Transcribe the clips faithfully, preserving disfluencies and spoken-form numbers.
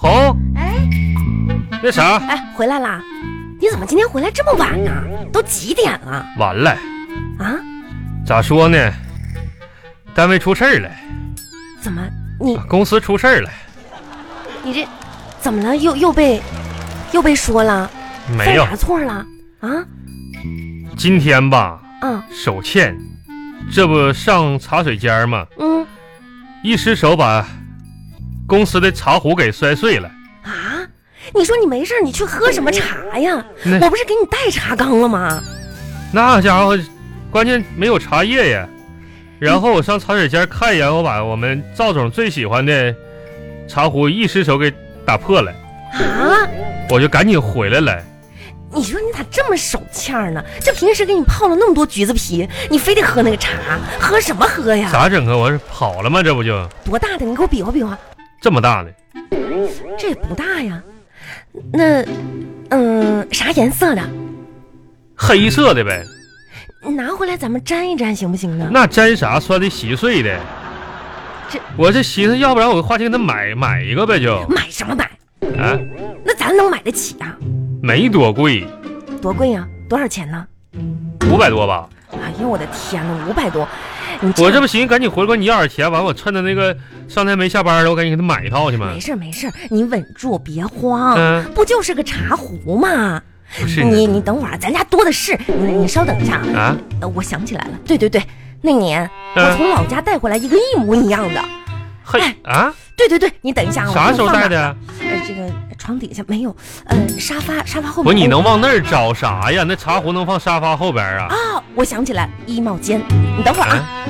红， 哎， 那啥， 哎，回来啦？你怎么今天回来这么晚呢？都几点了？ 完了啊？ 咋说呢？单位出事儿了。 怎么？你公司出事儿了？ 你这怎么了？又又被又被说了？ 没有犯啥错了？啊？ 今天吧， 嗯， 手欠，这不上茶水间吗？ 嗯， 一失手把公司的茶壶给摔碎了。 啊？你说你没事你去喝什么茶呀？我不是给你带茶缸了吗？ 那家伙，关键没有茶叶呀。然后我上茶水间看一眼，我把我们赵总最喜欢的茶壶一失手给打破了。 啊？ 我就赶紧回来了。 你说你咋这么手欠呢？这平时给你泡了那么多橘子皮，你非得喝那个茶，喝什么喝呀？ 咋整啊？我是跑了吗？这不就多大的？你给我比划比划。 这么大的？ 这也不大呀。那，嗯，啥颜色的？ 黑色的呗。 拿回来咱们沾一沾行不行呢？ 那沾啥？摔的稀碎的。 这我这寻思，要不然我花钱给他买买一个呗，就买什么买？ 啊？ 那咱能买得起啊？ 没多贵。 多贵呀？多少钱呢？ 五百多吧。 哎呦我的天哪，五百多！你我这不寻思赶紧回来管你要点钱，完我趁着那个上台没下班了，我赶紧给他买一套去嘛。 没事没事，你稳住，别慌。 嗯， 不就是个茶壶吗？ 不是你你等会儿，咱家多的是。你你稍等一下啊。 呃，我想起来了，对对对，那年、 嗯、 我从老家带回来一个一模一样的。 嘿、哎、啊！ 对对对，你等一下， 啥时候带的？ 呃，这个床底下没有，呃，沙发沙发后边。 不，你能往那儿找啥呀？那茶壶能放沙发后边啊？ 啊，我想起来，衣帽间。你等会儿啊。啊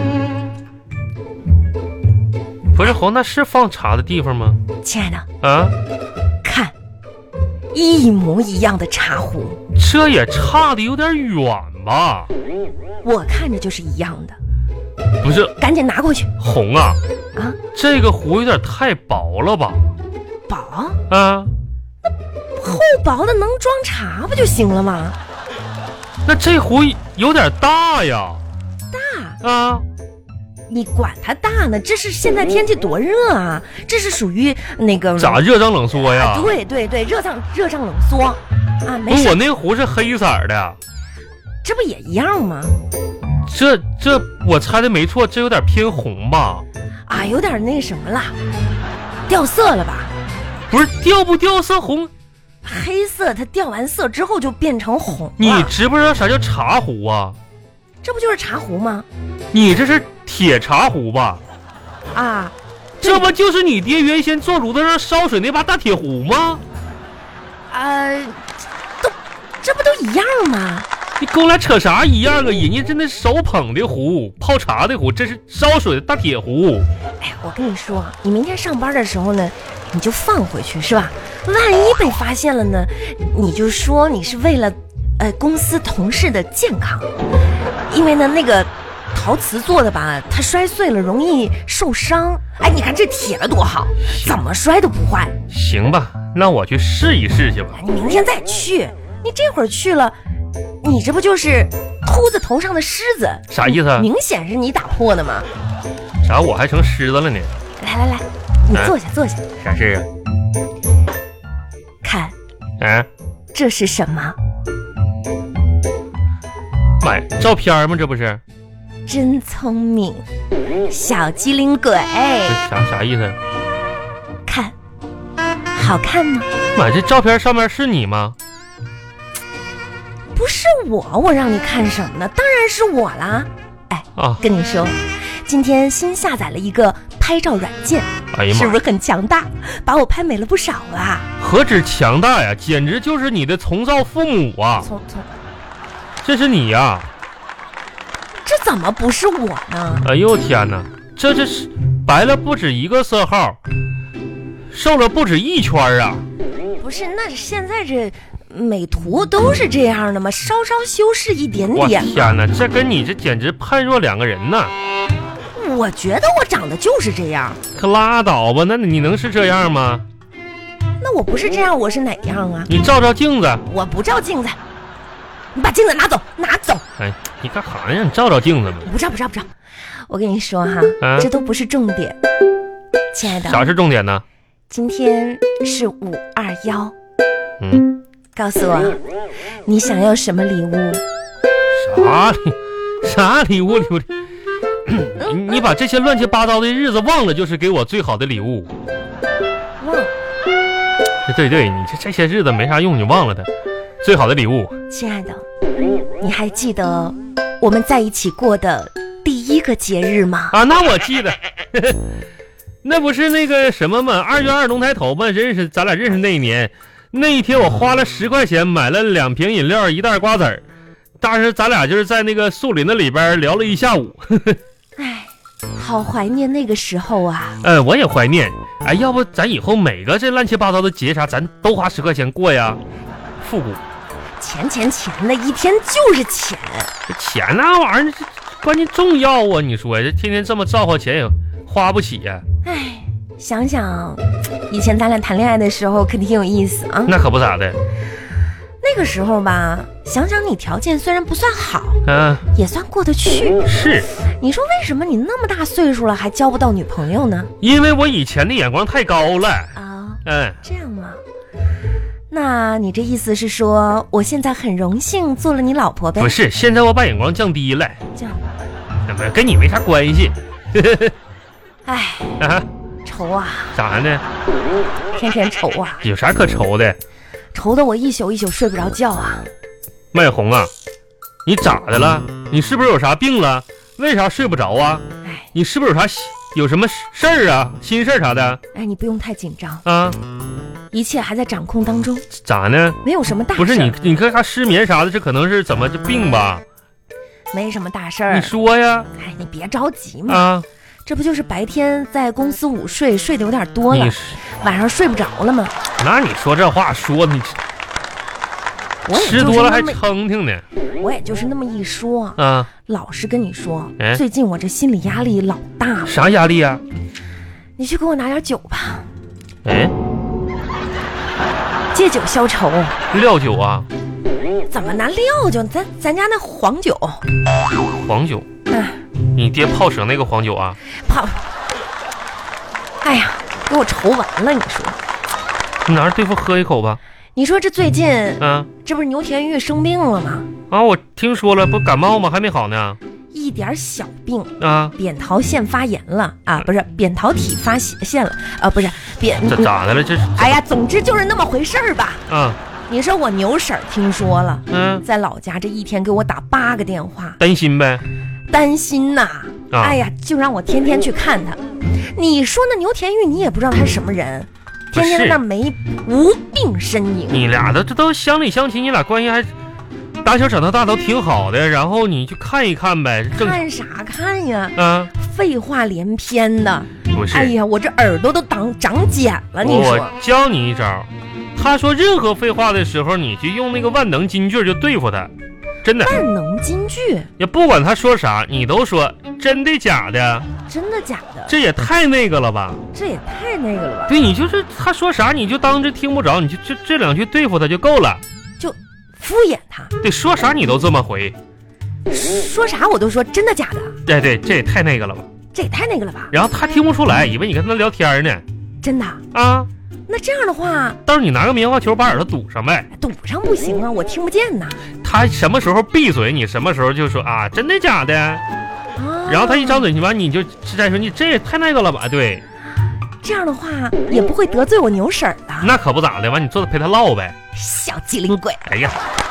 不是红，那是放茶的地方吗？ 亲爱的啊， 看，一模一样的茶壶， 这也差的有点远吧？ 我看着就是一样的。 不是， 赶紧拿过去。 红啊啊， 这个壶有点太薄了吧？ 薄啊， 厚薄的能装茶不就行了吗？ 那这壶有点大呀。 大啊。 你管它大呢？这是现在天气多热啊！这是属于那个咋热胀冷缩呀？ 啊、对对对，热胀热胀冷缩啊！没事， 我那壶是黑色的， 这不也一样吗？ 这这我猜的没错，这有点偏红吧？ 啊，有点那什么了，掉色了吧？ 不是掉不掉色红？ 黑色它掉完色之后就变成红了。 你知不知道啥叫茶壶啊？ 这不就是茶壶吗？你这是铁茶壶吧？ 啊， 这不就是你爹原先做炉子上烧水那把大铁壶吗？ 呃，都这不都一样吗？ 你跟我俩扯啥一样啊？人家真的手捧的壶，泡茶的壶，这是烧水的大铁壶。 哎，我跟你说，你明天上班的时候呢，你就放回去是吧？万一被发现了呢，你就说你是为了呃公司同事的健康。因为呢，那个陶瓷做的吧，它摔碎了容易受伤。哎，你看这铁了多好，怎么摔都不坏。 行吧，那我去试一试去吧。 你明天再去，你这会儿去了，你这不就是秃子头上的虱子？ 啥意思啊？ 明显是你打破的嘛。 啥？我还成虱子了呢？ 来来来，你坐下、啊、坐下。 啥事啊？ 看， 啊， 这是什么？ 买照片吗？这不是？ 真聪明，小机灵鬼。 啥啥意思？ 看，好看吗？ 妈，这照片上面是你吗？ 不是我，我让你看什么呢？当然是我啦。哎，啊，跟你说，今天新下载了一个拍照软件， 哎呀妈， 是不是很强大？把我拍美了不少啊！ 何止强大呀，简直就是你的重造父母啊！ 从从。 这是你呀、啊？ 这怎么不是我呢？ 哎呦天哪，这这是白了不止一个色号，瘦了不止一圈啊！ 不是，那现在这美图都是这样的吗？稍稍修饰一点点。 我天哪，这跟你这简直判若两个人呢！ 我觉得我长得就是这样。 可拉倒吧，那你能是这样吗？ 那我不是这样，我是哪样啊？ 你照照镜子。 我不照镜子。你把镜子拿走，拿走！ 哎，你干啥呀？你照照镜子吧。 不照，不照，不照！我跟你说哈，啊、这都不是重点，亲爱的。 啥是重点呢？ 今天是五二幺， 嗯， 告诉我，你想要什么礼物？ 啥礼啥礼物礼物？你你把这些乱七八糟的日子忘了，就是给我最好的礼物。 忘了， 对对，你这这些日子没啥用，你忘了的，最好的礼物。 亲爱的，你还记得我们在一起过的第一个节日吗？ 啊，那我记得，呵呵，那不是那个什么吗？二月二龙抬头吗？认识咱俩认识那一年，那一天我花了十块钱买了两瓶饮料，一袋瓜子儿。当时咱俩就是在那个树林子里边聊了一下午。 哎，好怀念那个时候啊！ 呃，我也怀念。哎，要不咱以后每个这乱七八糟的节啥，咱都花十块钱过呀？复古。 钱钱钱的，一天就是钱。 这钱那玩意儿，这关键重要啊！你说这天天这么造化钱也花不起呀、啊。 哎，想想以前咱俩谈恋爱的时候，肯定挺有意思啊。 那可不咋的。 那个时候吧，想想你条件虽然不算好， 嗯， 也算过得去。 是， 你说为什么你那么大岁数了还交不到女朋友呢？ 因为我以前的眼光太高了啊。 嗯， 这样吗？那你这意思是说，我现在很荣幸做了你老婆呗？ 不是，现在我把眼光降低了， 这样， 那不跟你没啥关系。 哎， 啊， 愁啊！ 咋呢？ 天天愁啊！ 有啥可愁的？ 愁得我一宿一宿睡不着觉啊！ 麦红啊，你咋的了？你是不是有啥病了？为啥睡不着啊？ 哎， 你是不是有啥有什么事儿啊？心事儿啥的？ 哎，你不用太紧张啊， 一切还在掌控当中。 咋呢？ 没有什么大事。 不是你，你看他失眠啥的，这可能是怎么这病吧？ 没什么大事儿。 你说呀？ 哎，你别着急嘛。 啊， 这不就是白天在公司午睡，睡得有点多了，晚上睡不着了吗？ 那你说这话说你吃多了还撑挺呢。 我也就是那么一说啊。 老实跟你说， 哎、 最近我这心理压力老大了。 啥压力啊？ 你去给我拿点酒吧。 哎， 借酒消愁。 料酒啊？ 怎么拿料酒？咱咱家那黄酒。 黄酒？ 嗯， 你爹泡成那个黄酒啊？ 泡。哎呀，给我愁完了！你说， 你拿着对付喝一口吧。 你说这最近， 嗯， 这不是牛田玉生病了吗？ 啊，我听说了，不感冒吗？还没好呢。 一点小病啊， 扁桃腺发炎了啊，不是扁桃体发现了啊，不是扁。 这咋的了？这是？ 哎呀，总之就是那么回事儿吧。 啊， 你说我牛婶儿听说了， 嗯， 在老家这一天给我打八个电话， 担心呗。 担心呐、啊，哎呀，就让我天天去看他。你说那牛田玉，你也不知道他是什么人，天天在那没无病呻吟。 你俩都这都乡里乡亲，你俩关系还打小长到大都挺好的，然后你去看一看呗。 看啥看呀？ 啊， 废话连篇的。 不是， 哎呀，我这耳朵都长长茧了。你说， 我教你一招。他说任何废话的时候，你就用那个万能金句就对付他。真的， 万能金句也不管他说啥，你都说真的假的？ 真的假的？ 这也太那个了吧？ 这也太那个了吧？ 对，你就是他说啥你就当这听不着，你就这这两句对付他就够了， 就敷衍他。 对，说啥你都这么回， 说啥我都说真的假的。 对对，这也太那个了吧？ 这也太那个了吧？ 然后他听不出来，以为你跟他聊天呢。 真的啊？ 那这样的话， 到时候你拿个棉花球把耳朵堵上呗。 堵上不行啊，我听不见呐。 他什么时候闭嘴，你什么时候就说啊，真的假的？啊、然后他一张嘴，你完你就再说你这也太那个了吧？对， 这样的话也不会得罪我牛婶儿的。 那可不咋的，完你坐着陪他唠呗。 小机灵鬼！ 哎呀。